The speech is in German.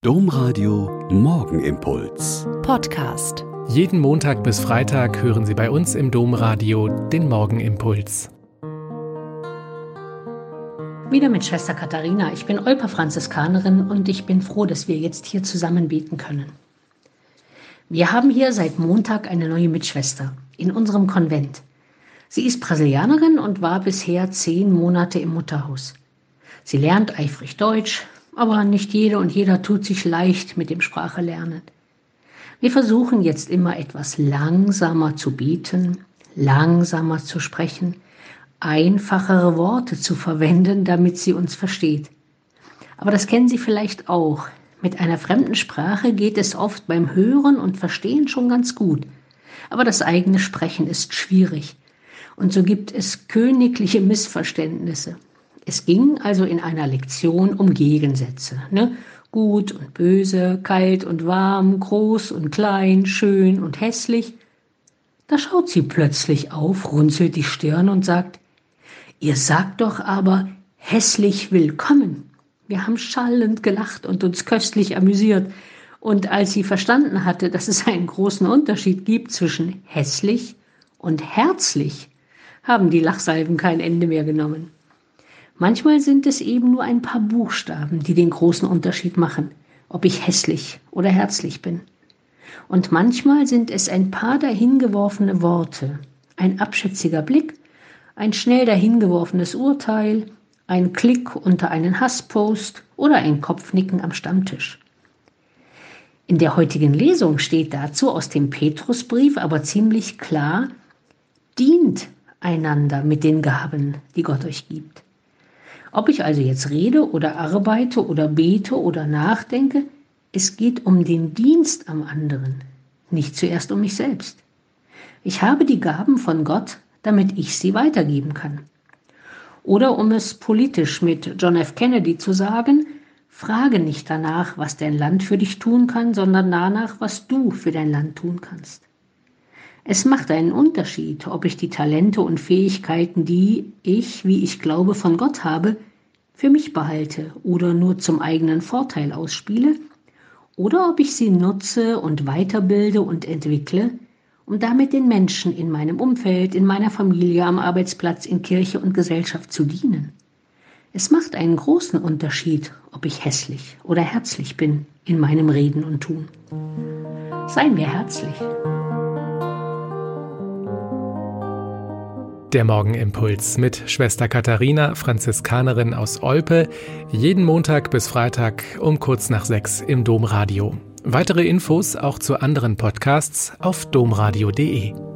Domradio Morgenimpuls. Podcast. Jeden Montag bis Freitag hören Sie bei uns im Domradio den Morgenimpuls. Wieder mit Schwester Katharina. Ich bin Olper-Franziskanerin und ich bin froh, dass wir jetzt hier zusammen beten können. Wir haben hier seit Montag eine neue Mitschwester in unserem Konvent. Sie ist Brasilianerin und war bisher 10 Monate im Mutterhaus. Sie lernt eifrig Deutsch, aber nicht jede und jeder tut sich leicht mit dem Sprachelernen. Wir versuchen jetzt immer etwas langsamer zu beten, langsamer zu sprechen, einfachere Worte zu verwenden, damit sie uns versteht. Aber das kennen Sie vielleicht auch. Mit einer fremden Sprache geht es oft beim Hören und Verstehen schon ganz gut. Aber das eigene Sprechen ist schwierig. Und so gibt es königliche Missverständnisse. Es ging also in einer Lektion um Gegensätze, Gut und böse, kalt und warm, groß und klein, schön und hässlich. Da schaut sie plötzlich auf, runzelt die Stirn und sagt: Ihr sagt doch aber hässlich willkommen. Wir haben schallend gelacht und uns köstlich amüsiert. Und als sie verstanden hatte, dass es einen großen Unterschied gibt zwischen hässlich und herzlich, haben die Lachsalven kein Ende mehr genommen. Manchmal sind es eben nur ein paar Buchstaben, die den großen Unterschied machen, ob ich hässlich oder herzlich bin. Und manchmal sind es ein paar dahingeworfene Worte, ein abschätziger Blick, ein schnell dahingeworfenes Urteil, ein Klick unter einen Hasspost oder ein Kopfnicken am Stammtisch. In der heutigen Lesung steht dazu aus dem Petrusbrief aber ziemlich klar: Dient einander mit den Gaben, die Gott euch gibt. Ob ich also jetzt rede oder arbeite oder bete oder nachdenke, es geht um den Dienst am anderen, nicht zuerst um mich selbst. Ich habe die Gaben von Gott, damit ich sie weitergeben kann. Oder um es politisch mit John F. Kennedy zu sagen: Frage nicht danach, was dein Land für dich tun kann, sondern danach, was du für dein Land tun kannst. Es macht einen Unterschied, ob ich die Talente und Fähigkeiten, die ich, wie ich glaube, von Gott habe, für mich behalte oder nur zum eigenen Vorteil ausspiele, oder ob ich sie nutze und weiterbilde und entwickle, um damit den Menschen in meinem Umfeld, in meiner Familie, am Arbeitsplatz, in Kirche und Gesellschaft zu dienen. Es macht einen großen Unterschied, ob ich hässlich oder herzlich bin in meinem Reden und Tun. Seien wir herzlich. Der Morgenimpuls mit Schwester Katharina, Franziskanerin aus Olpe, jeden Montag bis Freitag um kurz nach 6 im Domradio. Weitere Infos auch zu anderen Podcasts auf domradio.de.